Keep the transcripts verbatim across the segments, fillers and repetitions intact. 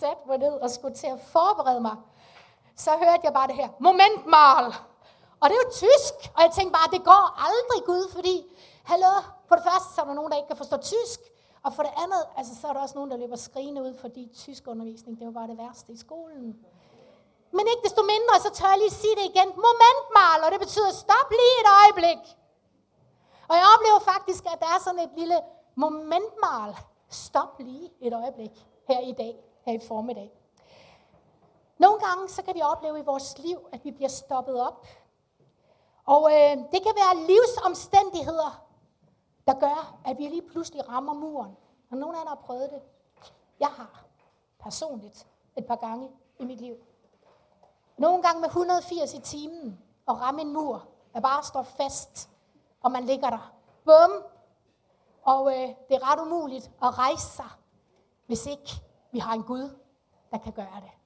satte mig ned og skulle til at forberede mig, så hørte jeg bare det her, Moment mal. Og det er jo tysk, og jeg tænkte bare, det går aldrig, Gud, fordi, hallo, for det første, så er der nogen, der ikke kan forstå tysk, og for det andet, altså, så er der også nogen, der løber skrigende ud, fordi tyskundervisning, det var bare det værste i skolen. Men ikke desto mindre, så tør jeg lige sige det igen, Moment mal, og det betyder, stop lige et øjeblik. Og jeg oplever faktisk, at der er sådan et lille momentmal. Stop lige et øjeblik her i dag, her i formiddag. Nogle gange så kan vi opleve i vores liv, at vi bliver stoppet op. Og øh, det kan være livsomstændigheder, der gør, at vi lige pludselig rammer muren. Og nogen af jer har prøvet det. Jeg har personligt et par gange i mit liv. Nogle gange med et hundrede og firs i timen og ramme en mur, der bare står fast, og man ligger der. Bum! Og øh, det er ret umuligt at rejse sig, hvis ikke vi har en Gud, der kan gøre det.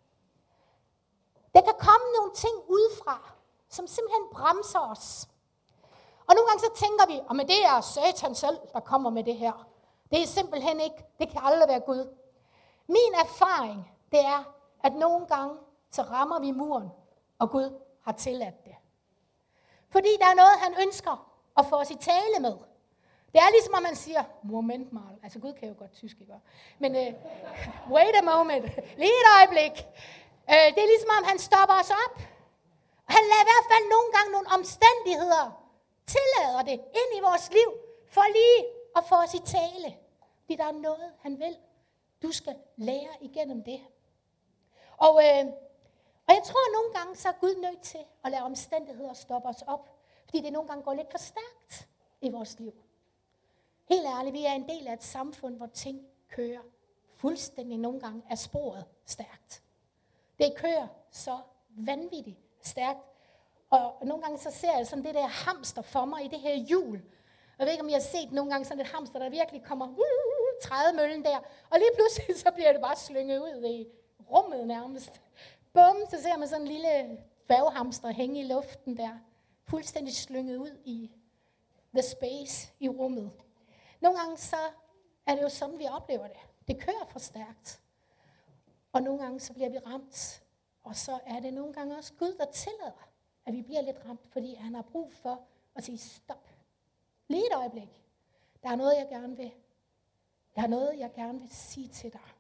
Der kan komme nogle ting udefra, som simpelthen bremser os. Og nogle gange så tænker vi, at det er Satan selv, der kommer med det her. Det er simpelthen ikke, det kan aldrig være Gud. Min erfaring, det er, at nogle gange, så rammer vi muren, og Gud har tilladt det. Fordi der er noget, han ønsker at få os i tale med. Det er ligesom, at man siger, moment mal. Altså Gud kan jo godt tysk, ikke? Men uh, wait a moment. Lige et øjeblik. Uh, det er ligesom, om han stopper os op. Han lader i hvert fald nogle gange nogle omstændigheder tillader det ind i vores liv, for lige at få os i tale. Fordi der er noget, han vil. Du skal lære igennem det. Og, øh, og jeg tror, at nogle gange så er Gud nødt til at lade omstændigheder stoppe os op. Fordi det nogle gange går lidt for stærkt i vores liv. Helt ærligt, vi er en del af et samfund, hvor ting kører fuldstændig nogle gange af sporet stærkt. Det kører så vanvittigt stærkt. Og nogle gange så ser jeg sådan det der hamster for mig i det her hjul. Jeg ved ikke, om I har set nogle gange sådan et hamster, der virkelig kommer uh, trædemøllen der. Og lige pludselig så bliver det bare slynget ud i rummet nærmest. Bum, så ser man sådan en lille dværghamster hænge i luften der. Fuldstændig slynget ud i the space i rummet. Nogle gange så er det jo sådan, vi oplever det. Det kører for stærkt. Og nogle gange så bliver vi ramt. Og så er det nogle gange også Gud, der tillader, at vi bliver lidt ramt, fordi han har brug for at sige stop. Lige et øjeblik. Der er noget, jeg gerne vil. Der er noget, jeg gerne vil sige til dig.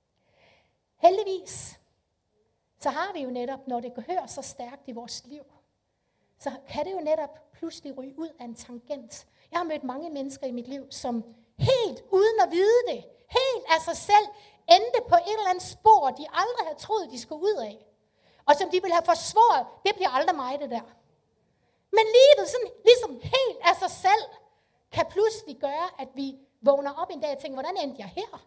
Heldigvis, så har vi jo netop, når det kører så stærkt i vores liv, så kan det jo netop pludselig ryge ud af en tangent. Jeg har mødt mange mennesker i mit liv, som helt uden at vide det, helt af sig selv, endte på et eller andet spor, de aldrig havde troet, de skulle ud af. Og som de ville have forsvoret, det bliver aldrig mig, det der. Men livet, sådan, ligesom helt af sig selv, kan pludselig gøre, at vi vågner op en dag og tænker, hvordan endte jeg her?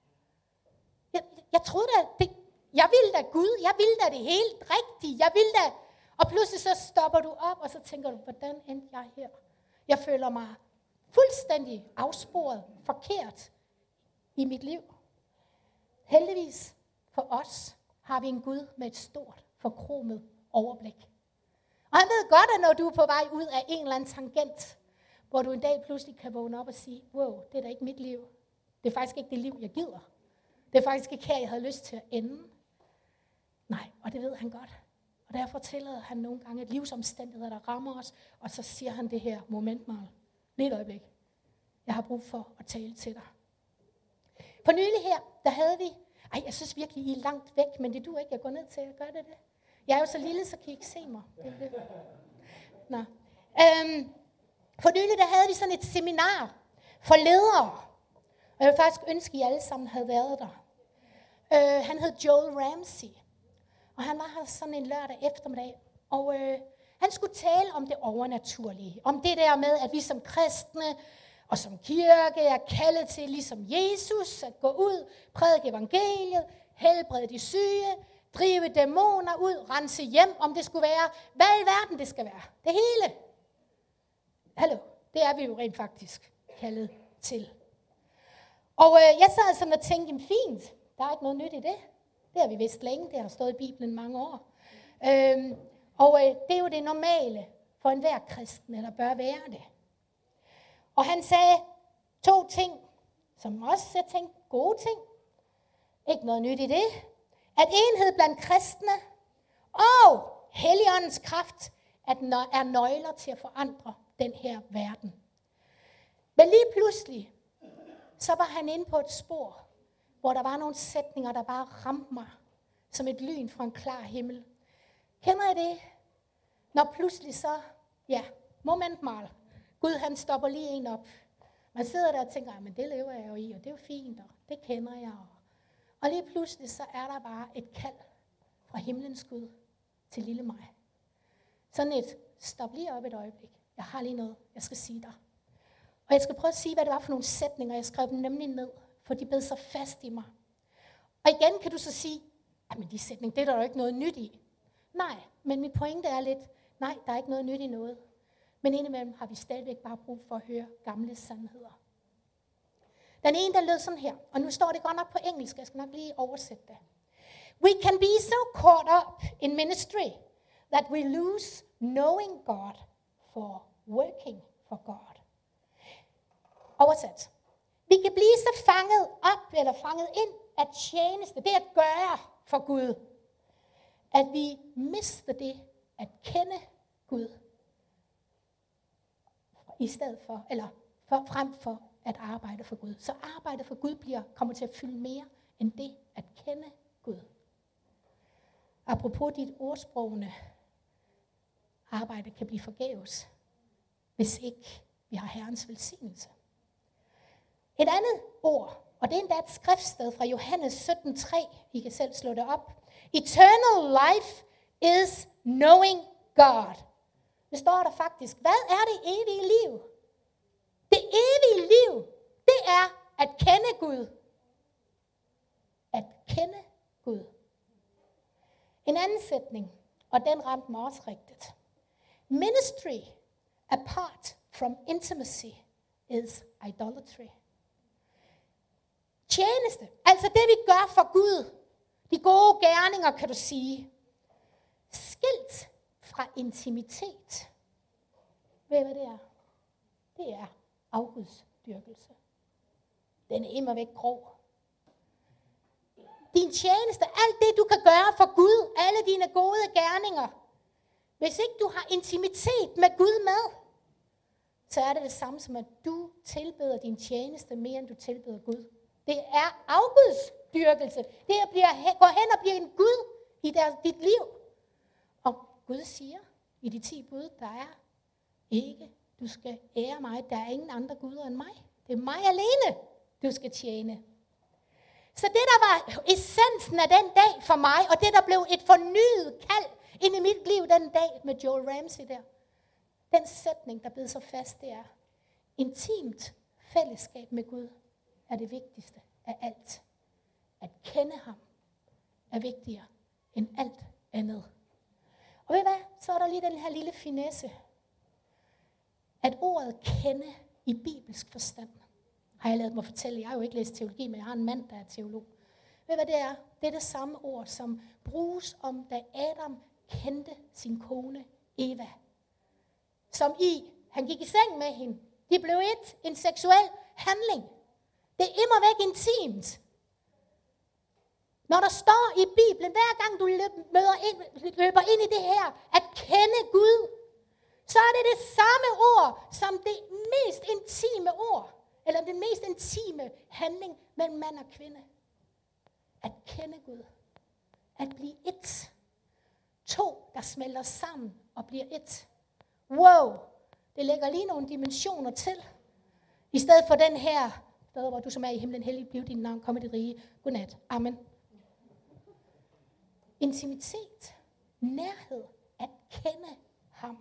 Jeg, jeg troede da, det, jeg ville da Gud, jeg ville da det helt rigtigt, jeg ville da. Og pludselig så stopper du op, og så tænker du, hvordan endte jeg her? Jeg føler mig fuldstændig afsporet, forkert i mit liv. Heldigvis for os har vi en Gud med et stort, forkromet overblik. Og han ved godt, at når du er på vej ud af en eller anden tangent, hvor du en dag pludselig kan vågne op og sige, wow, det er da ikke mit liv. Det er faktisk ikke det liv, jeg gider. Det er faktisk ikke her, jeg havde lyst til at ende. Nej, og det ved han godt. Og derfor tillader han nogle gange et livsomstændigheder, der rammer os, og så siger han det her moment mal. Lige et øjeblik. Jeg har brug for at tale til dig. For nylig her, der havde vi, ej, jeg synes virkelig, I er langt væk, men det du ikke, jeg går ned til at gøre det det. Jeg er jo så lille, så kan I ikke se mig. Det det. Nå. Øhm, for nylig, der havde vi sådan et seminar for ledere. Og jeg vil faktisk ønske, at I alle sammen havde været der. Øh, han hed Joel Ramsey. Og han var her sådan en lørdag eftermiddag. Og øh, han skulle tale om det overnaturlige. Om det der med, at vi som kristne og som kirke er kaldet til, ligesom Jesus, at gå ud, prædike evangeliet, helbrede de syge, drive dæmoner ud, rense hjem, om det skulle være, hvad i verden det skal være. Det hele. Hallo, det er vi jo rent faktisk kaldet til. Og øh, jeg sad sådan og tænkte, fint, der er ikke noget nyt i det. Det har vi vidst længe, det har stået i Bibelen mange år. Øhm, og øh, det er jo det normale for enhver kristen, eller bør være det. Og han sagde to ting, som også jeg tænkte, gode ting. Ikke noget nyt i det. at enhed blandt kristne og Helligåndens kraft er nøgler til at forandre den her verden. Men lige pludselig, så var han inde på et spor, hvor der var nogle sætninger, der bare ramte mig som et lyn fra en klar himmel. Kender I det? Når pludselig så, ja, momentmal. Gud, han stopper lige en op. Man sidder der og tænker, men det lever jeg jo i, og det er jo fint, og det kender jeg. Og lige pludselig så er der bare et kald fra himlens Gud til lille mig. Sådan et, stop lige op et øjeblik. Jeg har lige noget, jeg skal sige dig. Og jeg skal prøve at sige, hvad det var for nogle sætninger. Jeg skrev dem nemlig ned, for de bed så fast i mig. Og igen kan du så sige, men de sætninger, det er der jo ikke noget nyt i. Nej, men min pointe er lidt, nej, der er ikke noget nyt i noget. Men indimellem har vi stadigvæk bare brug for at høre gamle sandheder. Den ene, der lød sådan her, og nu står det godt nok på engelsk, jeg skal nok lige oversætte det. We can be so caught up in ministry that we lose knowing God for working for God. Oversat. Vi kan blive så fanget op, eller fanget ind af tjeneste, det at gøre for Gud, at vi mister det at kende Gud, i stedet for, eller for, frem for at arbejde for Gud. Så arbejde for Gud bliver, kommer til at fylde mere end det at kende Gud. Apropos dit ordsprogene, arbejde kan blive forgæves, hvis ikke vi har Herrens velsignelse. Et andet ord, og det er endda et skriftsted fra Johannes sytten tre, I kan selv slå det op. Eternal life is knowing God. Det står der faktisk. Hvad er det evige liv? Det evige liv, det er at kende Gud. At kende Gud. En anden sætning, og den ramte mig også rigtigt. Ministry apart from intimacy is idolatry. Tjeneste, altså det vi gør for Gud, de gode gerninger, kan du sige, skilt fra intimitet. Ved I, hvad det er? Det er afgudsdyrkelse. Den er immer væk grov. Din tjeneste, alt det du kan gøre for Gud, alle dine gode gerninger, hvis ikke du har intimitet med Gud med, så er det det samme som, at du tilbeder din tjeneste mere, end du tilbeder Gud. Det er afgudsdyrkelse. Det er at blive, gå hen og blive en Gud i deres, dit liv. Og Gud siger i de ti bud, der er ikke, du skal ære mig, der er ingen andre guder end mig. Det er mig alene, du skal tjene. Så det, der var essensen af den dag for mig, og det, der blev et fornyet kald ind i mit liv den dag med Joel Ramsey der, den sætning, der blev så fast, det er, intimt fællesskab med Gud er det vigtigste af alt. At kende ham er vigtigere end alt andet. Og ved I hvad? Så er der lige den her lille finesse. At ordet kende i bibelsk forstand, har jeg ladet mig fortælle. Jeg har jo ikke læst teologi, men jeg har en mand, der er teolog. Ved I hvad det er? Det er det samme ord, som bruges om, da Adam kendte sin kone Eva. Som i, han gik i seng med hende. De blev et, en seksuel handling. Det er immer væk intimt. Når der står i Bibelen, hver gang du møder ind, løber ind i det her, at kende Gud, så er det det samme ord, som det mest intime ord, eller den mest intime handling mellem mand og kvinde. At kende Gud. At blive et. To, der smelter sammen og bliver et. Wow, det lægger lige nogle dimensioner til. I stedet for den her, hvor du som er i himlen hellig, bliv din navn, kom i dit rige. Godnat. Amen. Intimitet, nærhed, at kende ham.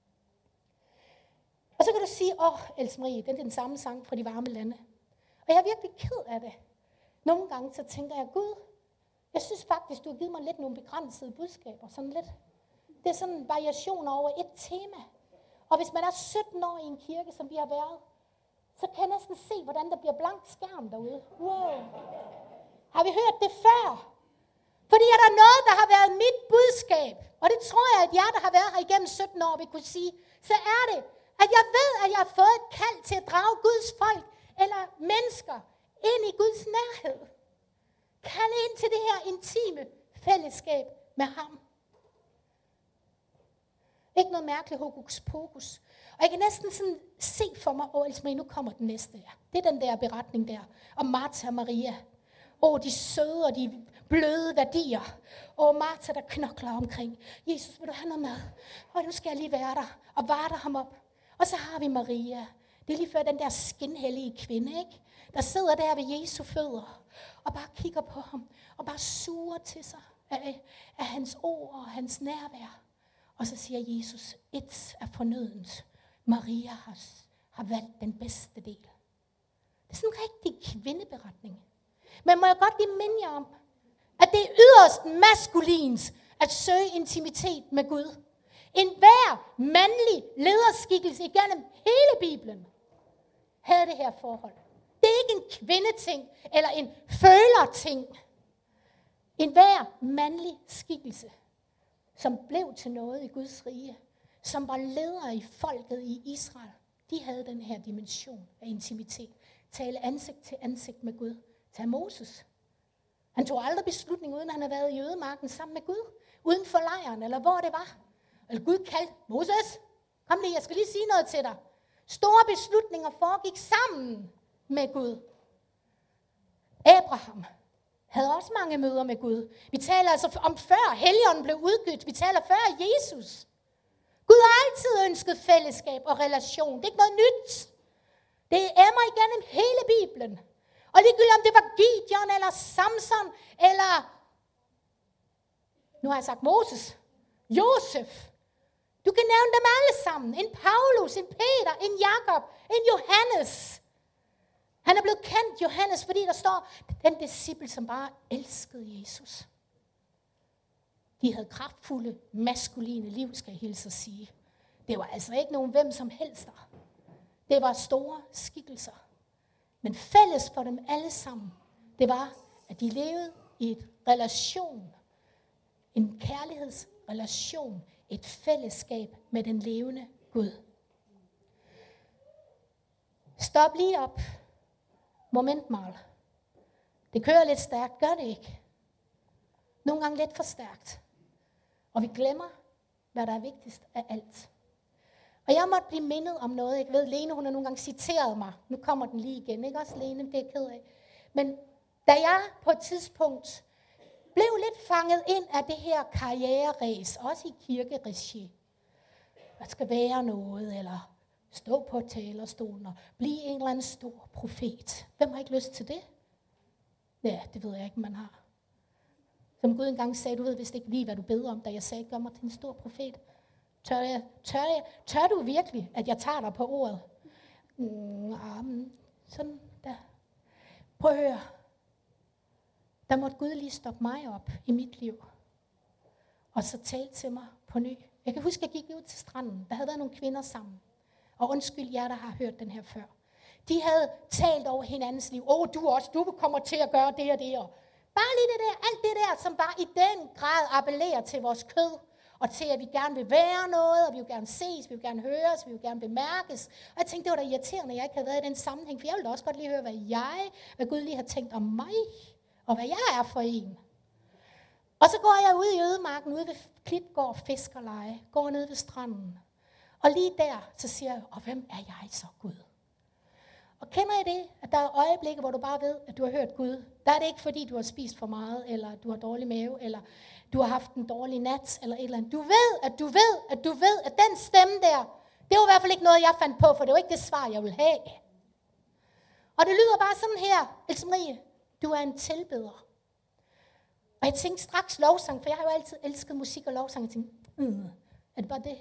Og så kan du sige, åh, oh, Else Marie, den er den samme sang fra de varme lande. Og jeg er virkelig ked af det. Nogle gange så tænker jeg, Gud, jeg synes faktisk, du har givet mig lidt nogle begrænsede budskaber. Sådan lidt. Det er sådan en variation over et tema. Og hvis man er sytten år i en kirke, som vi har været, så kan jeg næsten se, hvordan der bliver blank skærm derude. Wow. Har vi hørt det før? Fordi er der noget, der har været mit budskab, og det tror jeg, at jer, der har været her igennem sytten år, vil kunne sige, så er det, at jeg ved, at jeg har fået et kald til at drage Guds folk, eller mennesker, ind i Guds nærhed. Kalde ind til det her intime fællesskab med ham. Ikke noget mærkeligt hokus pokus. Og jeg kan næsten sådan se for mig, åh, Else Marie, nu kommer den næste. Ja. Det er den der beretning der, om Martha og Maria. Åh, de søde og de bløde værdier. Åh, Martha, der knokler omkring. Jesus, vil du have noget mad? Og nu skal jeg lige være der og varter ham op. Og så har vi Maria. Det er lige før den der skinhellige kvinde, ikke? Der sidder der ved Jesu fødder og bare kigger på ham og bare suger til sig af, af hans ord og hans nærvær. Og så siger Jesus, et er fornødent. Maria har, har valgt den bedste del. Det er sådan en rigtig kvindeberetning. Men må jeg godt lige minde jer om, at det er yderst maskulins at søge intimitet med Gud. En hver mandlig lederskikkelse igennem hele Bibelen havde det her forhold. Det er ikke en kvindeting eller en følerting. En hver mandlig skikkelse, som blev til noget i Guds rige, som var ledere i folket i Israel, de havde den her dimension af intimitet. Tale ansigt til ansigt med Gud. Tag Moses. Han tog aldrig beslutning, uden han havde været i ødemarken sammen med Gud. Uden for lejren, eller hvor det var. Eller Gud kaldte, Moses, kom lige, jeg skal lige sige noget til dig. Store beslutninger foregik sammen med Gud. Abraham havde også mange møder med Gud. Vi taler altså om før Helligånden blev udgivet. Vi taler før Jesus. Gud har altid ønsket fællesskab og relation. Det er ikke noget nyt. Det emmer igennem hele Bibelen. Og ligegyldigt om det var Gideon eller Samson eller, nu har jeg sagt Moses, Josef. Du kan nævne dem alle sammen. En Paulus, en Peter, en Jakob, en Johannes. Han er blevet kendt, Johannes, fordi der står, den disciple, som bare elskede Jesus. De havde kraftfulde, maskuline liv, skal jeg hilse at sige. Det var altså ikke nogen hvem som helst der. Det var store skikkelser. Men fælles for dem alle sammen, det var, at de levede i et relation. En kærlighedsrelation. Et fællesskab med den levende Gud. Stop lige op. Moment, Marl. Det kører lidt stærkt, gør det ikke? Nogle gange lidt for stærkt. Og vi glemmer, hvad der er vigtigst af alt. Og jeg måtte blive mindet om noget. Jeg ved, Lene, hun har nogle gange citeret mig. Nu kommer den lige igen, ikke også, Lene? Det er jeg ked af. Men da jeg på et tidspunkt blev lidt fanget ind af det her karriereræs, også i kirkeregi. Der skal være noget, eller stå på talerstolen og blive en eller anden stor profet. Hvem har ikke lyst til det? Ja, det ved jeg ikke, man har. Som Gud engang sagde, du ved vist ikke lige, hvad du beder om, da jeg sagde, gør mig til en stor profet. Tør, jeg, tør, jeg, tør du virkelig, at jeg tager dig på ordet? Mm, ah, sådan der. Prøv at høre. Der måtte Gud lige stoppe mig op i mit liv. Og så tale til mig på ny. Jeg kan huske, at jeg gik ud til stranden. Der havde været nogle kvinder sammen. Og undskyld jer, der har hørt den her før. De havde talt over hinandens liv. Åh, oh, du også, du kommer til at gøre det og det. Og bare lige det der, alt det der, som bare i den grad appellerer til vores kød. Og til, at vi gerne vil være noget, og vi vil gerne ses, vi vil gerne høres, vi vil gerne bemærkes. Og jeg tænkte, det var da irriterende, at jeg ikke havde været i den sammenhæng. For jeg ville også godt lige høre, hvad jeg, hvad Gud lige har tænkt om mig. Og hvad jeg er for en. Og så går jeg ud i ødemarken, ude ved Klitgård Fiskerleje, går ned ved stranden. Og lige der, så siger jeg, og hvem er jeg så, Gud? Og kender I det, at der er øjeblikke, hvor du bare ved, at du har hørt Gud? Der er det ikke, fordi du har spist for meget, eller du har dårlig mave, eller du har haft en dårlig nat, eller et eller andet. Du ved, at du ved, at du ved, at den stemme der, det var i hvert fald ikke noget, jeg fandt på, for det var ikke det svar, jeg ville have. Og det lyder bare sådan her, Else Marie, du er en tilbeder. Og jeg tænkte straks lovsang, for jeg har jo altid elsket musik og lovsang. Jeg tænkte, mm, er det bare det?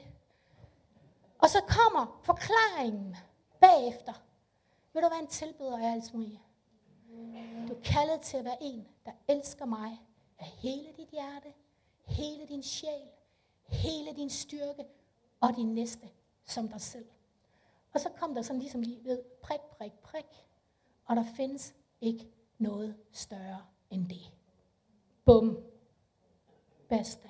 Og så kommer forklaringen bagefter. Ved du, hvad en tilbeder er, Else Marie? Du er kaldet til at være en, der elsker mig af hele dit hjerte, hele din sjæl, hele din styrke og din næste som dig selv. Og så kom der sådan ligesom lige ved, prik, prik, prik. Og der findes ikke noget større end det. Bum. Basta.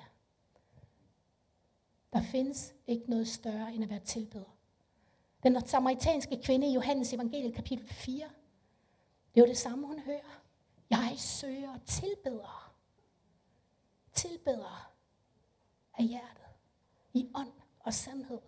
Der findes ikke noget større end at være tilbeder. Den samaritanske kvinde i Johannes evangeliet kapitel fire. Det er jo det samme, hun hører. Jeg søger tilbeder. tilbeder af hjertet, i ånd og sandhed.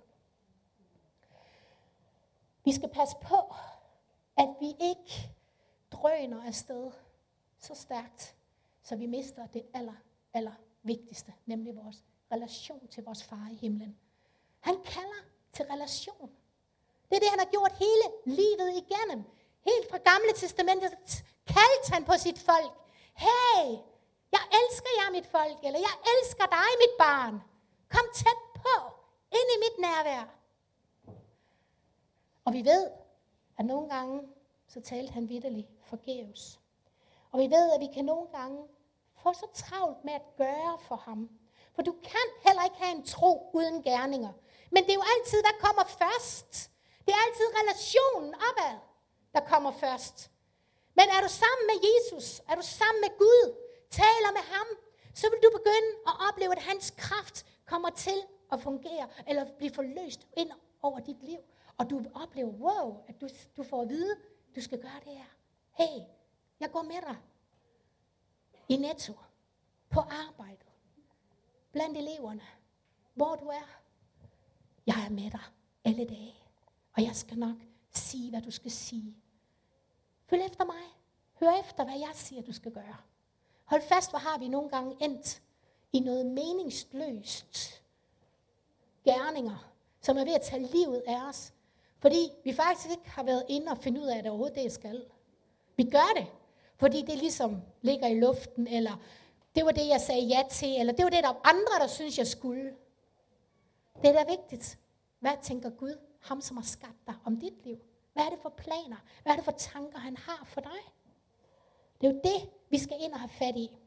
Vi skal passe på, at vi ikke drøner afsted så stærkt, så vi mister det aller, aller vigtigste, nemlig vores relation til vores far i himlen. Han kalder til relation. Det er det, han har gjort hele livet igennem. Helt fra Gamle Testamentet kaldte han på sit folk. Hey, jeg elsker jer, mit folk, eller jeg elsker dig, mit barn. Kom tæt på, ind i mit nærvær. Og vi ved, at nogle gange, så talte han vitterligt forgæves. Og vi ved, at vi kan nogle gange få så travlt med at gøre for ham. For du kan heller ikke have en tro uden gerninger. Men det er jo altid, hvad kommer først. Det er altid relationen opad, der kommer først. Men er du sammen med Jesus, er du sammen med Gud, taler med ham, så vil du begynde at opleve, at hans kraft kommer til at fungere, eller blive forløst ind over dit liv. Og du vil opleve, wow, at du, du får at vide, du skal gøre det her. Hey, jeg går med dig i Netto, på arbejdet, blandt eleverne, hvor du er. Jeg er med dig alle dage, og jeg skal nok sige, hvad du skal sige. Følg efter mig. Hør efter, hvad jeg siger, du skal gøre. Hold fast, hvor har vi nogle gange endt i noget meningsløst gerninger, som er ved at tage livet af os. Fordi vi faktisk ikke har været inde og finde ud af, at det overhovedet det skal. Vi gør det, fordi det ligesom ligger i luften, eller det var det, jeg sagde ja til, eller det var det, der var andre, der synes, jeg skulle. Det er da vigtigt. Hvad tænker Gud, ham som har skabt dig, om dit liv? Hvad er det for planer? Hvad er det for tanker, han har for dig? Det er jo det, vi skal ind og have fat i.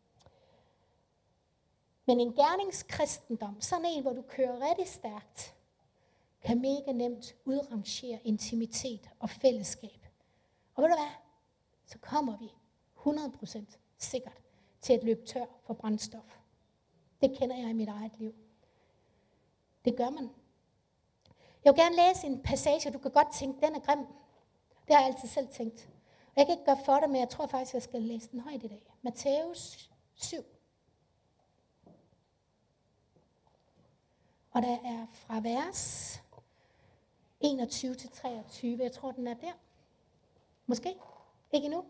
Men en gerningskristendom, sådan en, hvor du kører rigtig stærkt, kan mega nemt udrangere intimitet og fællesskab. Og ved du hvad? Så kommer vi hundrede procent sikkert til at løbe tør for brændstof. Det kender jeg i mit eget liv. Det gør man. Jeg vil gerne læse en passage, og du kan godt tænke, den er grim. Det har jeg altid selv tænkt. Og jeg kan ikke gøre for det, men jeg tror faktisk, jeg skal læse den højt i dag. Matthæus syv. Og der er fra vers enogtyve til treogtyve. Jeg tror, den er der. Måske. Ikke endnu.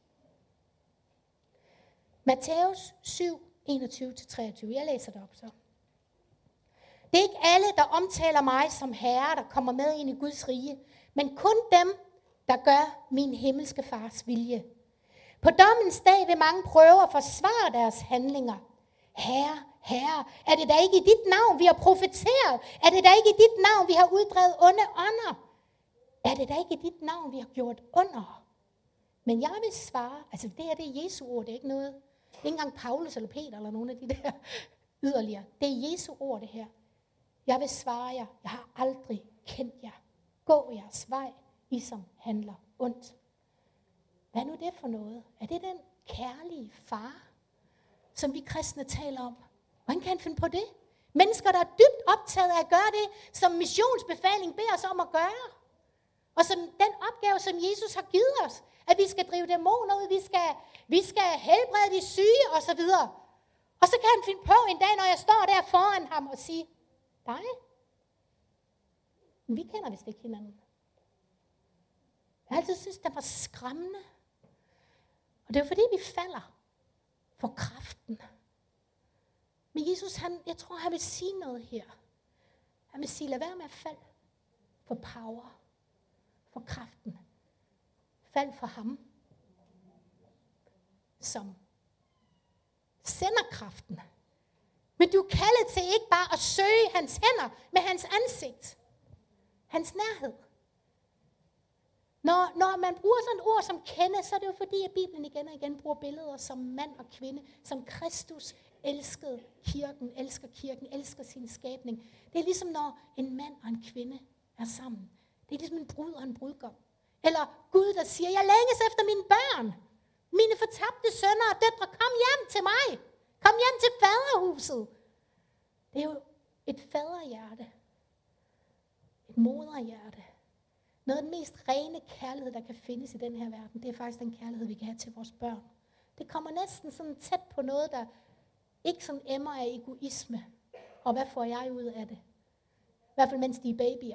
Matthæus syv, enogtyve til treogtyve. Jeg læser det op så. Det er ikke alle, der omtaler mig som herre, der kommer med ind i Guds rige, men kun dem, der gør min himmelske fars vilje. På dommens dag vil mange prøve at forsvare deres handlinger. Herre, Herre, er det da ikke i dit navn, vi har profeteret? Er det da ikke i dit navn, vi har uddrevet onde ånder? Er det da ikke i dit navn, vi har gjort under? Men jeg vil svare, altså det her det er Jesu ord, det er ikke noget. Det er ikke engang Paulus eller Peter eller nogen af de der yderligere. Det er Jesu ord det her. Jeg vil svare jer, jeg har aldrig kendt jer. Gå jeres vej, I som handler ondt. Hvad er nu det for noget? Er det den kærlige far, som vi kristne taler om? Hvordan kan han finde på det? Mennesker, der er dybt optaget af at gøre det, som missionsbefaling beder os om at gøre. Og som den opgave, som Jesus har givet os, at vi skal drive dæmoner ud, vi skal, vi skal helbrede de syge osv. Og så kan han finde på en dag, når jeg står der foran ham og sige, dig? Men vi kender vist ikke hinanden. Jeg har altid synes, det var skræmmende. Og det er jo fordi, vi falder for kraften. Men Jesus, han, jeg tror, han vil sige noget her. Han vil sige, lad være med at falde for power, for kraften. Fald for ham, som sender kraften. Men du er kaldet til ikke bare at søge hans hænder med hans ansigt. Hans nærhed. Når, når man bruger sådan et ord som kende, så er det jo fordi, at Bibelen igen og igen bruger billeder som mand og kvinde, som Kristus elskede kirken, elsker kirken, elsker sin skabning. Det er ligesom når en mand og en kvinde er sammen. Det er ligesom en brud og en brudgom. Eller Gud, der siger, jeg længes efter mine børn. Mine fortabte sønner og døtre, kom hjem til mig. Kom hjem til faderhuset. Det er jo et faderhjerte. Et moderhjerte. Noget af den mest rene kærlighed, der kan findes i den her verden, det er faktisk den kærlighed, vi kan have til vores børn. Det kommer næsten sådan tæt på noget, der ikke sådan emmer af egoisme. Og hvad får jeg ud af det? I hvert fald mens de er babyer.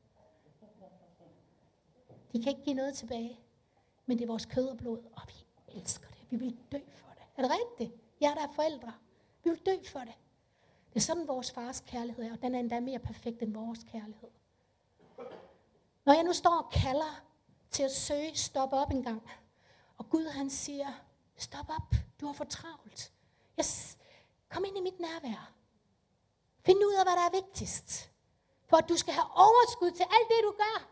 De kan ikke give noget tilbage. Men det er vores kød og blod, og vi elsker det. Vi vil dø for det. Er det rigtigt? Jeg der er forældre. Vi vil dø for det. Det er sådan, vores fars kærlighed er, og den er endda mere perfekt end vores kærlighed. Når jeg nu står og kalder til at søge, stop op en gang. Og Gud han siger, stop op, du har for travlt. Yes. Kom ind i mit nærvær. Find ud af, hvad der er vigtigst. For at du skal have overskud til alt det, du gør.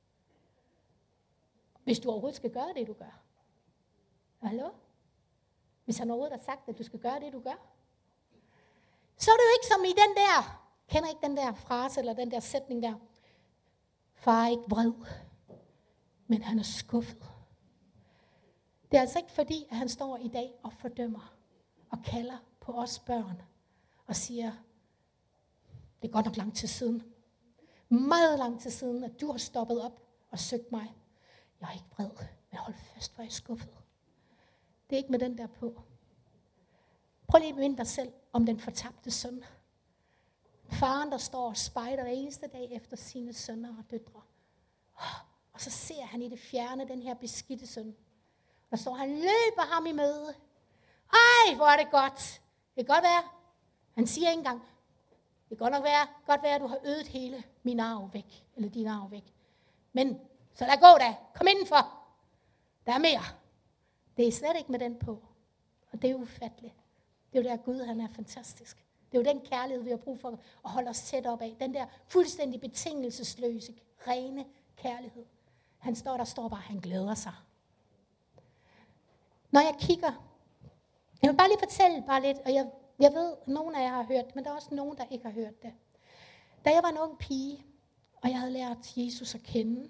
Hvis du overhovedet skal gøre det, du gør. Hallo? Hvis han overhovedet har sagt, at du skal gøre det, du gør. Så er det jo ikke som i den der, kender ikke den der frase, eller den der sætning der. Far er ikke vred, men han er skuffet. Det er altså ikke fordi, at han står i dag og fordømmer og kalder på os børn og siger, det er godt nok lang tid siden, meget lang tid siden, at du har stoppet op og søgt mig. Jeg er ikke vred, men hold fast, hvor jeg er skuffet. Det er ikke med den der på. Prøv lige at minde dig selv om den fortabte søn. Faren, der står og spejder hver eneste dag efter sine sønner og døtre. Og så ser han i det fjerne den her beskidte søn. Og så han løber ham i møde. Ej, hvor er det godt. Det kan godt være. Han siger ikke engang, det kan godt nok være, godt være, at du har øget hele min arv væk. Eller din arv væk. Men, så lad gå da. Kom indenfor. Der er mere. Det er slet ikke med den på. Og det er ufatteligt. Det er jo der Gud, han er fantastisk. Det er jo den kærlighed, vi har brug for at holde os tæt op af. Den der fuldstændig betingelsesløse, rene kærlighed. Han står der, står bare, han glæder sig. Når jeg kigger, jeg vil bare lige fortælle bare lidt, og jeg, jeg ved, at nogle af jer har hørt det, men der er også nogen, der ikke har hørt det. Da jeg var en ung pige, og jeg havde lært Jesus at kende,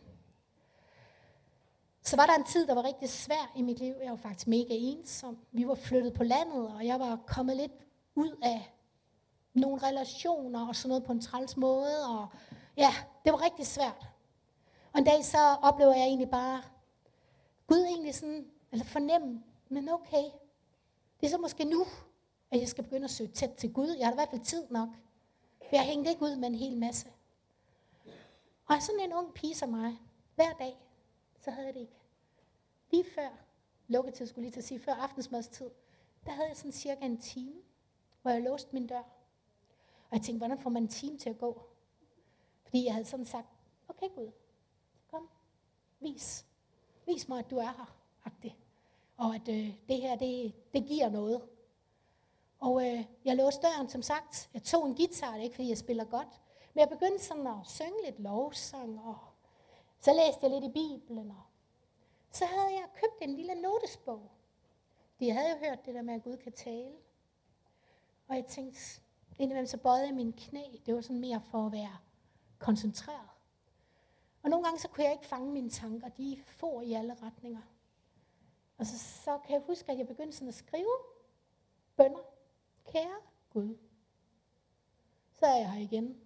så var der en tid, der var rigtig svær i mit liv. Jeg var faktisk mega ensom. Vi var flyttet på landet, og jeg var kommet lidt ud af nogle relationer og sådan noget på en træls måde. Og ja, det var rigtig svært. Og en dag så oplever jeg egentlig bare, Gud egentlig sådan, eller fornemme, men okay, det er så måske nu, at jeg skal begynde at søge tæt til Gud. Jeg har i hvert fald tid nok, for jeg hængte ikke ud med en hel masse. Og sådan en ung pige som mig, hver dag, så havde jeg det ikke. Lige før lukketid, skulle lige til at sige, før aftensmadstid, der havde jeg sådan cirka en time, hvor jeg låste min dør. Og jeg tænkte, hvordan får man en time til at gå? Fordi jeg havde sådan sagt, okay Gud, kom, vis. Vis mig, at du er her, agtig. Og at øh, det her, det, det giver noget. Og øh, jeg låste døren, som sagt. Jeg tog en guitar, det er ikke fordi jeg spiller godt. Men jeg begyndte sådan at synge lidt lovsang, og så læste jeg lidt i Bibelen. Og så havde jeg købt en lille notesbog. De havde jo hørt det der med, at Gud kan tale. Og jeg tænkte, indimellem så bøjede jeg mine knæ. Det var sådan mere for at være koncentreret. Og nogle gange så kunne jeg ikke fange mine tanker. De for i alle retninger. Og så, så kan jeg huske, at jeg begyndte sådan at skrive bønner. Kære Gud. Så er jeg her igen.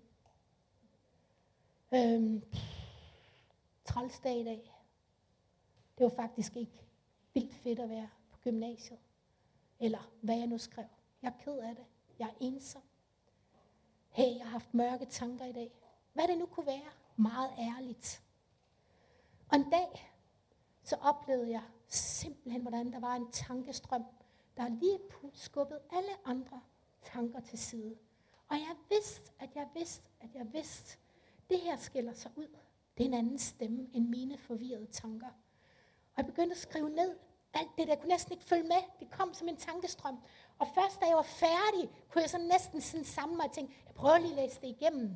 Øhm, træls dag i dag. Det var faktisk ikke vildt fedt at være på gymnasiet. Eller hvad jeg nu skrev. Jeg er ked af det. Jeg er ensom. Hey, jeg har haft mørke tanker i dag. Hvad det nu kunne være. Meget ærligt. Og en dag, så oplevede jeg simpelthen, hvordan der var en tankestrøm, der lige skubbede alle andre tanker til side. Og jeg vidste, at jeg vidste, at jeg vidste, det her skiller sig ud. Det er en anden stemme end mine forvirrede tanker. Og jeg begyndte at skrive ned alt det der. Jeg kunne næsten ikke følge med. Det kom som en tankestrøm. Og først da jeg var færdig, kunne jeg så næsten sådan samle mig og tænke, jeg prøver lige at læse det igennem.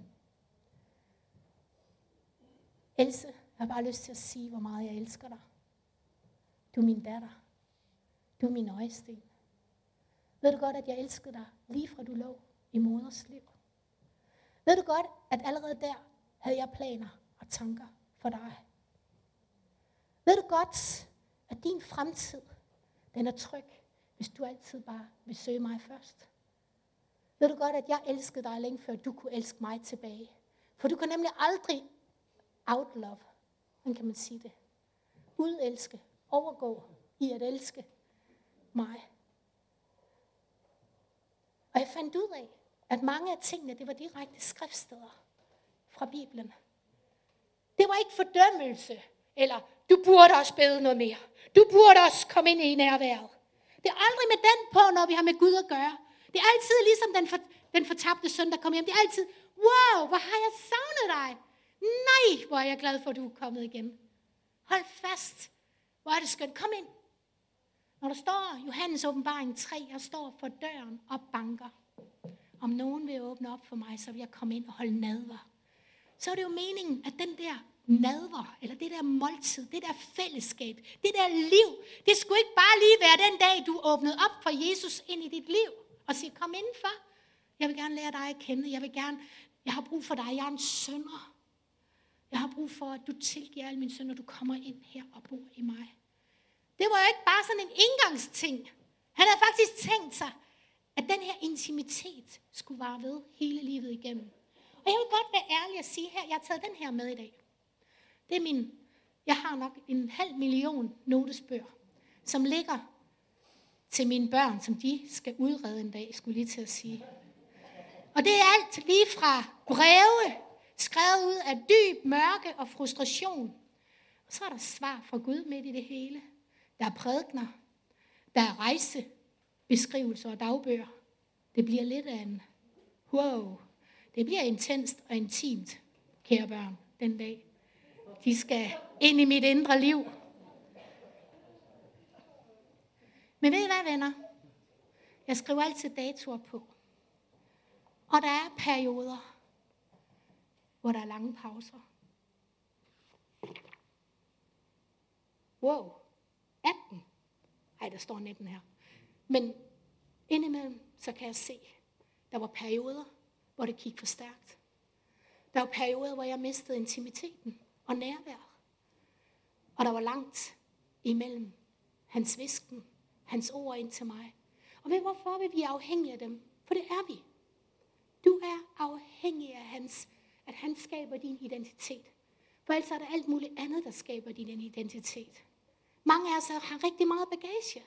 Else, jeg har bare lyst til at sige, hvor meget jeg elsker dig. Du er min datter. Du er min øjesten. Ved du godt, at jeg elskede dig, lige fra du lå i moders liv? Ved du godt, at allerede der havde jeg planer og tanker for dig? Ved du godt, at din fremtid, den er tryg, hvis du altid bare vil søge mig først? Ved du godt, at jeg elskede dig længe før du kunne elske mig tilbage? For du kan nemlig aldrig outlove, hvordan kan man sige det? Udelske, overgå i at elske mig. jeg fandt ud af, at mange af tingene, det var direkte skriftsteder fra Bibelen. Det var ikke fordømmelse, eller du burde også bede noget mere. Du burde også komme ind i nærværet. Det er aldrig med den på, når vi har med Gud at gøre. Det er altid ligesom den, for, den fortabte søn, der kom hjem. Det er altid, wow, hvor har jeg savnet dig. Nej, hvor er jeg glad for, at du er kommet igen. Hold fast. Hvor er det skønt. Kom ind. Når der står Johannes åbenbaring tre, jeg står for døren og banker. Om nogen vil åbne op for mig, så vil jeg komme ind og holde nadver. Så er det jo meningen, at den der nadver, eller det der måltid, det der fællesskab, det der liv, det skulle ikke bare lige være den dag, du åbnede op for Jesus ind i dit liv, og siger, kom indenfor. Jeg vil gerne lære dig at kende. Jeg vil gerne, jeg har brug for dig. Jeg er en synder. Jeg har brug for, at du tilgiver alle mine synder, du kommer ind her og bor i mig. Det var jo ikke bare sådan en indgangsting. Han havde faktisk tænkt sig, at den her intimitet skulle vare ved hele livet igennem. Og jeg vil godt være ærlig at sige her, jeg har taget den her med i dag. Det er min, jeg har nok en halv million notesbøger, som ligger til mine børn, som de skal udrede en dag, skulle lige til at sige. Og det er alt lige fra breve, skrevet ud af dyb mørke og frustration. Og så er der svar fra Gud midt i det hele. Der er prædikener, der er rejsebeskrivelser og dagbøger. Det bliver lidt af en wow. Det bliver intenst og intimt, kære børn, den dag. De skal ind i mit indre liv. Men ved I hvad, venner? Jeg skriver altid datoer på. Og der er perioder, hvor der er lange pauser. Wow, atten. Ej, der står nitten her. Men indimellem, så kan jeg se, der var perioder, hvor det gik for stærkt. Der var perioder, hvor jeg mistede intimiteten og nærværet. Og der var langt imellem hans hvisken, hans ord ind til mig. Og ved hvorfor vil vi er afhængige af dem? For det er vi. Du er afhængig af hans, at han skaber din identitet. For ellers er der alt muligt andet, der skaber din identitet. Mange af os har rigtig meget bagage.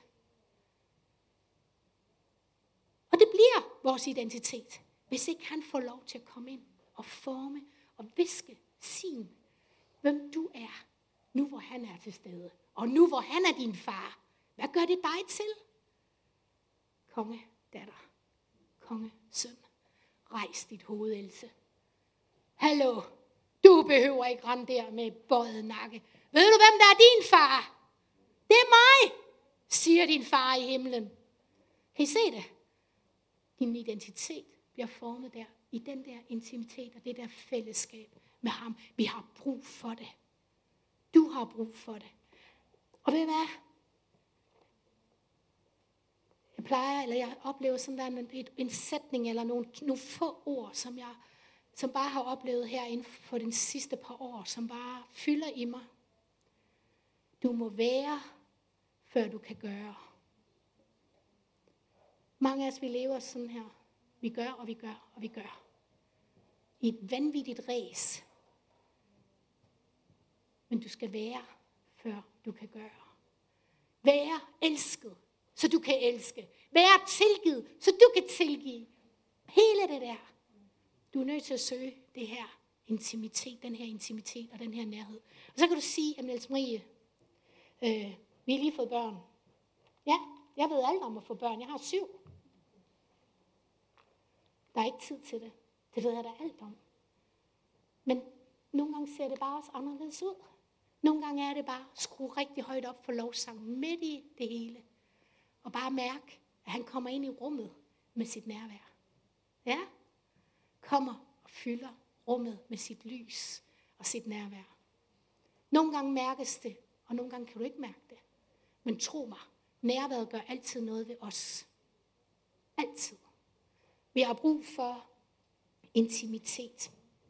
Og det bliver vores identitet, hvis ikke han får lov til at komme ind og forme og viske sin, hvem du er, nu hvor han er til stede. Og nu hvor han er din far. Hvad gør det dig til? Konge, datter. Konge, søn. Rejs dit hoved, Else. Hallo, du behøver ikke rende der med bøjet nakke. Ved du, hvem der er din far? Det er mig, siger din far i himlen. Kan I se det? Din identitet bliver formet der, i den der intimitet og det der fællesskab med ham. Vi har brug for det. Du har brug for det. Og ved I hvad? Jeg plejer, eller jeg oplever sådan der en, en sætning, eller nogle, nogle få ord, som jeg som bare har oplevet her inden for den sidste par år, som bare fylder i mig. Du må være, før du kan gøre. Mange af os, vi lever sådan her. Vi gør, og vi gør, og vi gør. I et vanvittigt ræs. Men du skal være, før du kan gøre. Være elsket, så du kan elske. Være tilgivet, så du kan tilgive. Hele det der. Du er nødt til at søge det her intimitet, den her intimitet og den her nærhed. Og så kan du sige, at Niels Marie, øh, vi har lige fået børn. Ja, jeg ved alt om at få børn. Jeg har syv. Der er ikke tid til det. Det ved jeg da alt om. Men nogle gange ser det bare også anderledes ud. Nogle gange er det bare at skrue rigtig højt op for lovsangen midt i det hele. Og bare mærke, at han kommer ind i rummet med sit nærvær. Ja? Kommer og fylder rummet med sit lys og sit nærvær. Nogle gange mærkes det, og nogle gange kan du ikke mærke det. Men tro mig, nærværet gør altid noget ved os. Altid. Vi har brug for intimitet.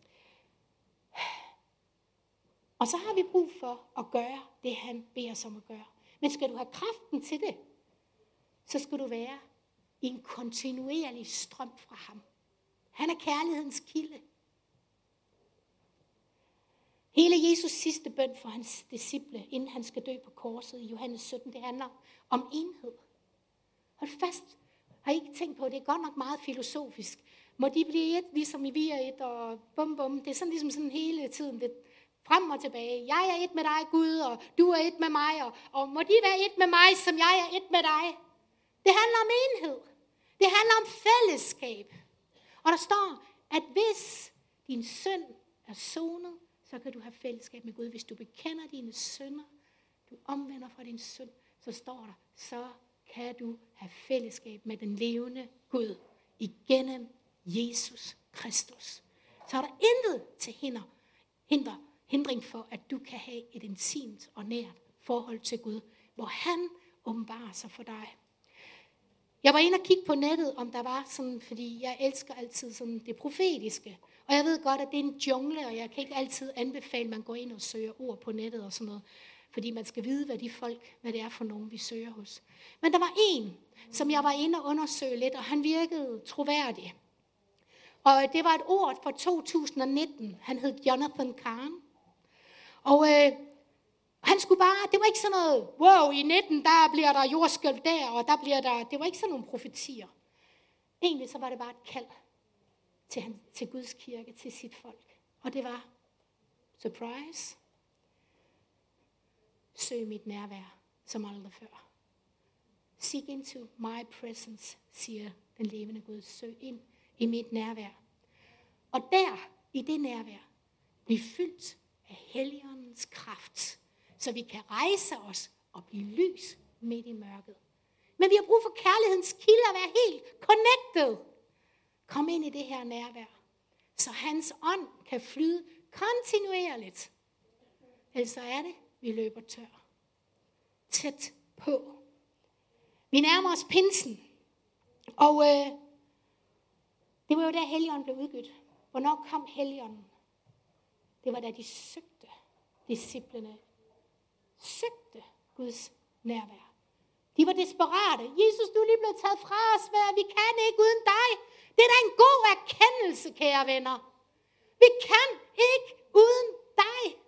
Og så har vi brug for at gøre det, han beder os om at gøre. Men skal du have kraften til det, så skal du være i en kontinuerlig strøm fra ham. Han er kærlighedens kilde. Hele Jesus sidste bøn for hans disciple, inden han skal dø på korset i Johannes sytten, det handler om enhed. Hold fast. Har I ikke tænkt på, det er godt nok meget filosofisk. Må de blive et, ligesom i vi er et, og bum bum. Det er sådan ligesom sådan hele tiden, det frem og tilbage. Jeg er et med dig, Gud, og du er et med mig, og, og må de være et med mig, som jeg er et med dig. Det handler om enhed. Det handler om fællesskab. Og der står, at hvis din synd er sonet, så kan du have fællesskab med Gud. Hvis du bekender dine synder, du omvender fra din synd, så står der, så kan du have fællesskab med den levende Gud igennem Jesus Kristus. Så er der intet til hinder, hinder, hindring for, at du kan have et intimt og nært forhold til Gud, hvor han åbenbarer sig for dig. Jeg var inde og kigge på nettet, om der var sådan, fordi jeg elsker altid sådan det profetiske. Og jeg ved godt, at det er en jungle, og jeg kan ikke altid anbefale, at man går ind og søger ord på nettet og sådan noget. Fordi man skal vide, hvad de folk, hvad det er for nogen, vi søger hos. Men der var en, som jeg var inde og undersøge lidt, og han virkede troværdig. Og det var et ord fra to tusind nitten. Han hed Jonathan Cahn. Og øh, han skulle bare, det var ikke sådan noget, wow, i nitten, der bliver der jordskælv der, og der bliver der, det var ikke sådan nogle profetier. Egentlig så var det bare et kald til, han, til Guds kirke, til sit folk. Og det var, surprise, søg mit nærvær, som aldrig før. Seek into my presence, siger den levende Gud. Søg ind i mit nærvær. Og der, i det nærvær, bliver fyldt af Helligåndens kraft, så vi kan rejse os og blive lys midt i mørket. Men vi har brug for kærlighedens kilde at være helt connected. Kom ind i det her nærvær, så hans ånd kan flyde kontinuerligt. Ellers så er det, vi løber tør. Tæt på. Vi nærmer os pinsen. Og øh, det var jo da Helligånden blev udgivet. Hvornår kom Helligånden? Det var da de søgte, disciplene søgte Guds nærvær. De var desperate. Jesus, du er lige blevet taget fra os. Vi kan ikke uden dig. Det er da en god erkendelse, kære venner. Vi kan ikke uden dig.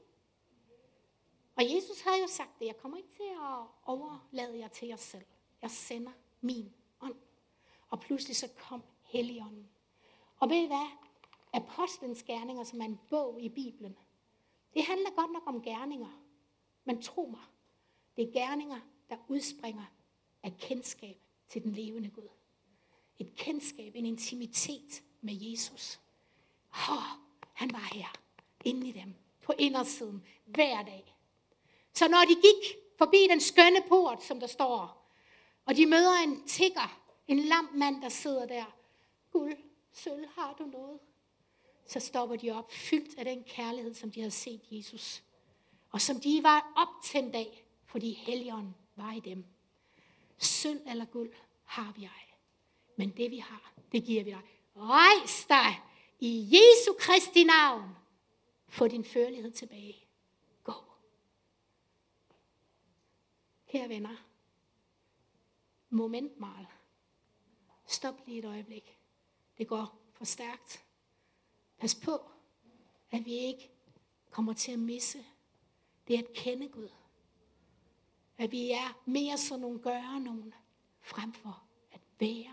Og Jesus havde jo sagt det. Jeg kommer ikke til at overlade jer til jer selv. Jeg sender min ånd. Og pludselig så kom Helligånden. Og ved I hvad? Apostlens gerninger, som er en bog i Bibelen, det handler godt nok om gerninger. Men tro mig, det er gerninger, der udspringer af kendskab til den levende Gud. Et kendskab, en intimitet med Jesus. Oh, han var her, inde i dem, på indersiden, hver dag. Så når de gik forbi den skønne port, som der står, og de møder en tigger, en lam mand, der sidder der. Guld, sølv, har du noget? Så stopper de op, fyldt af den kærlighed, som de havde set Jesus. Og som de var optændt af, fordi Helligånden var i dem. Sølv eller guld har vi ej. Men det vi har, det giver vi dig. Rejs dig i Jesu Kristi navn. Få din førlighed tilbage. Gå. Kære venner. Momentmal. Stop lige et øjeblik. Det går for stærkt. Pas på, at vi ikke kommer til at misse det at kende Gud. At vi er mere sådan nogle gøre nogen, frem for at være.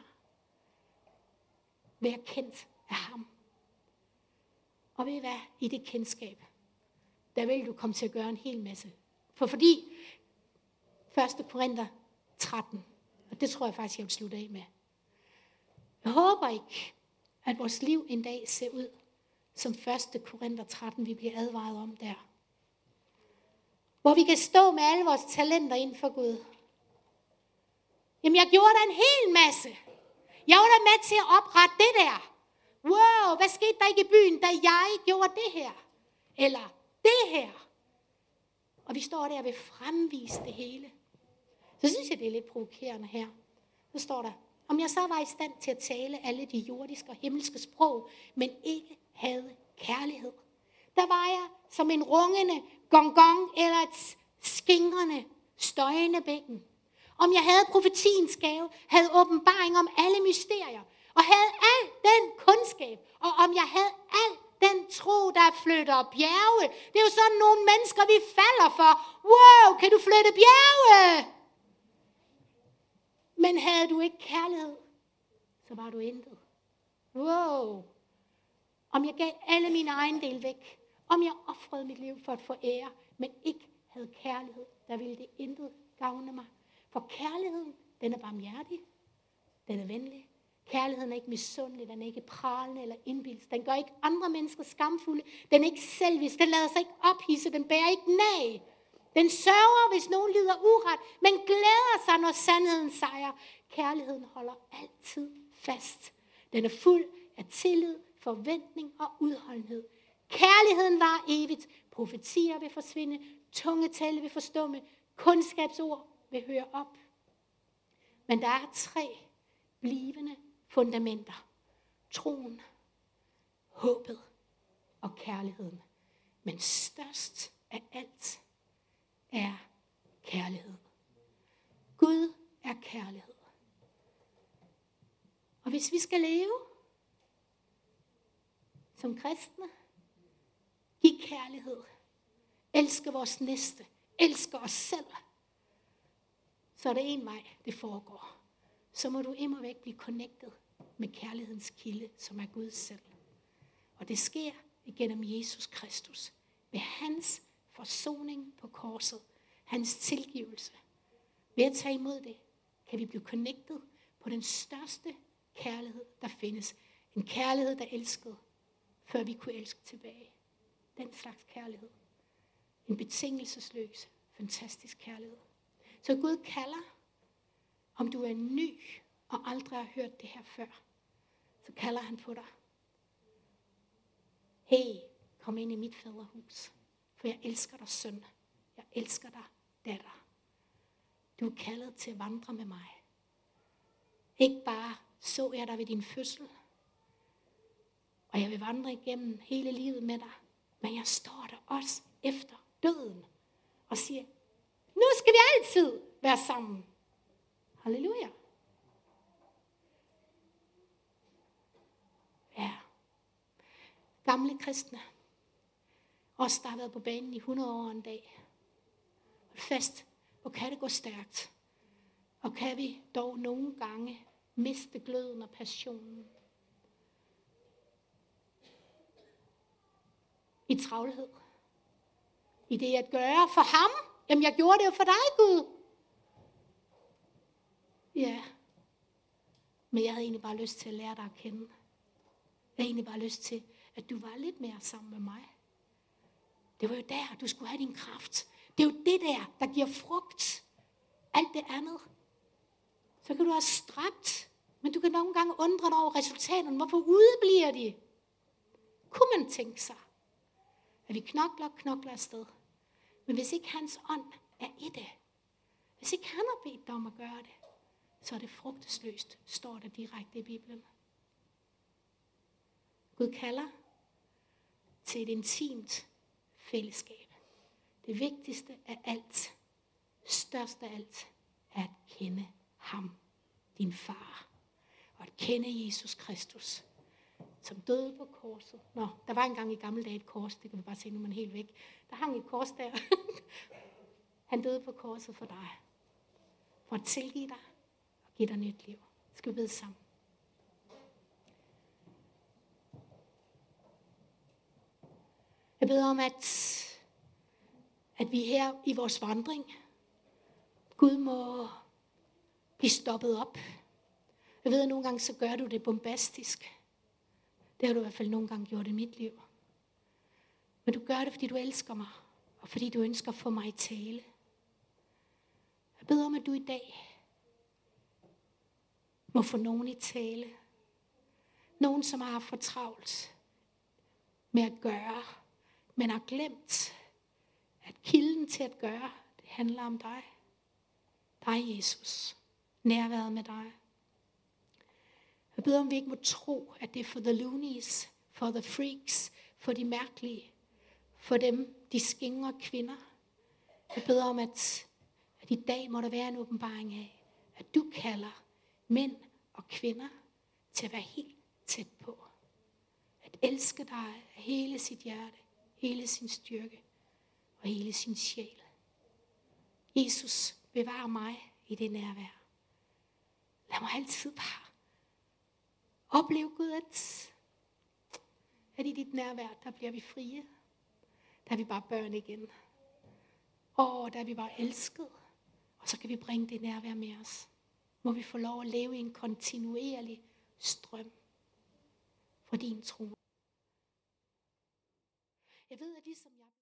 Være kendt af ham. Og ved I hvad? I det kendskab, der vil du komme til at gøre en hel masse. For fordi første Korinther tretten, og det tror jeg faktisk, jeg vil slutte af med. Jeg håber ikke, at vores liv en dag ser ud, som første Korinther tretten, vi bliver advaret om der. Hvor vi kan stå med alle vores talenter inden for Gud. Jamen, jeg gjorde der en hel masse. Jeg var der med til at oprette det der. Wow, hvad skete der ikke i byen, da jeg gjorde det her? Eller det her? Og vi står der og vil fremvise det hele. Så synes jeg, det er lidt provokerende her. Så står der, om jeg så var i stand til at tale alle de jordiske og himmelske sprog, men ikke havde kærlighed. Der var jeg som en rungende gong-gong eller et skingrende, støjende bækken. Om jeg havde profetiens gave, havde åbenbaring om alle mysterier, og havde al den kundskab, og om jeg havde al den tro, der flytter bjerge. Det er jo sådan nogle mennesker, vi falder for. Wow, kan du flytte bjerge? Men havde du ikke kærlighed, så var du intet. Wow! Om jeg gav alle mine ejendele væk, om jeg ofrede mit liv for at få ære, men ikke havde kærlighed, der ville det intet gavne mig. For kærligheden, den er barmhjertig, den er venlig. Kærligheden er ikke misundelig, den er ikke pralende eller indbilsk. Den gør ikke andre mennesker skamfulde. Den er ikke selvisk, den lader sig ikke ophidse, den bærer ikke nag. Den sørger, hvis nogen lider uret, men glæder sig, når sandheden sejrer. Kærligheden holder altid fast. Den er fuld af tillid, forventning og udholdenhed. Kærligheden var evigt. Profetier vil forsvinde, tungetale vil forstumme, kundskabsord vil høre op. Men der er tre blivende fundamenter. Troen, håbet og kærligheden. Men størst af alt er kærlighed. Gud er kærlighed. Og hvis vi skal leve som kristne, give kærlighed, elske vores næste, elske os selv, så er det en vej, det foregår. Så må du immer væk blive connected med kærlighedens kilde, som er Gud selv. Og det sker igennem Jesus Kristus. Ved hans forsoning på korset. Hans tilgivelse. Ved at tage imod det, kan vi blive connected på den største kærlighed, der findes. En kærlighed, der elskede, før vi kunne elske tilbage. Den slags kærlighed. En betingelsesløs, fantastisk kærlighed. Så Gud kalder, om du er ny og aldrig har hørt det her før, så kalder han på dig. Hey, kom ind i mit faderhus, for jeg elsker dig, søn. Jeg elsker dig, datter. Du er kaldet til at vandre med mig. Ikke bare så jeg dig ved din fødsel, og jeg vil vandre igennem hele livet med dig, men jeg står der også efter døden og siger, nu skal vi altid være sammen. Halleluja. Ja. Gamle kristne, os der har været på banen i hundrede år en dag. Hold fast, hvor kan det gå stærkt. Og kan vi dog nogle gange miste gløden og passionen. I travlhed. I det at gøre for ham. Jamen jeg gjorde det jo for dig, Gud. Ja. Men jeg havde egentlig bare lyst til at lære dig at kende. Jeg havde egentlig bare lyst til, at du var lidt mere sammen med mig. Det var jo der, du skulle have din kraft. Det er jo det der, der giver frugt. Alt det andet. Så kan du have stræbt. Men du kan nogle gange undre dig over resultaterne. Hvorfor udebliver de? Kunne man tænke sig, at vi knokler og knokler afsted. Men hvis ikke hans ånd er i det, hvis ikke han har bedt dig om at gøre det, så er det frugtesløst, står der direkte i Bibelen. Gud kalder til et intimt fællesskab. Det vigtigste af alt, størst af alt, er at kende ham, din far. Og at kende Jesus Kristus, som døde på korset. Nå, der var engang i gamle dage et kors, det kan vi bare se, nu er man helt væk. Der hang et kors der. Han døde på korset for dig. For at tilgive dig og give dig nyt liv. Skal vi bede sammen? Jeg beder om, at, at vi her i vores vandring, Gud må blive stoppet op. Jeg ved, at nogle gange så gør du det bombastisk. Det har du i hvert fald nogle gange gjort i mit liv. Men du gør det, fordi du elsker mig, og fordi du ønsker at få mig i tale. Jeg beder om, at du i dag må få nogen i tale. Nogen, som har for travlt med at gøre, men har glemt, at kilden til at gøre, det handler om dig. Dig, Jesus. Nærværet med dig. Jeg beder om, vi ikke må tro, at det er for the loonies, for the freaks, for de mærkelige, for dem, de skingre kvinder. Jeg beder om, at, at i dag må der være en åbenbaring af, at du kalder mænd og kvinder til at være helt tæt på. At elske dig af hele sit hjerte, hele sin styrke og hele sin sjæl. Jesus, bevar mig i det nærvær. Lad mig altid bare Oplev Gud, at, at i dit nærvær, der bliver vi frie. Der er vi bare børn igen. Og der er vi bare elsket. Og så kan vi bringe det nærvær med os. Må vi få lov at leve i en kontinuerlig strøm for din tro. Jeg ved, at ligesom jeg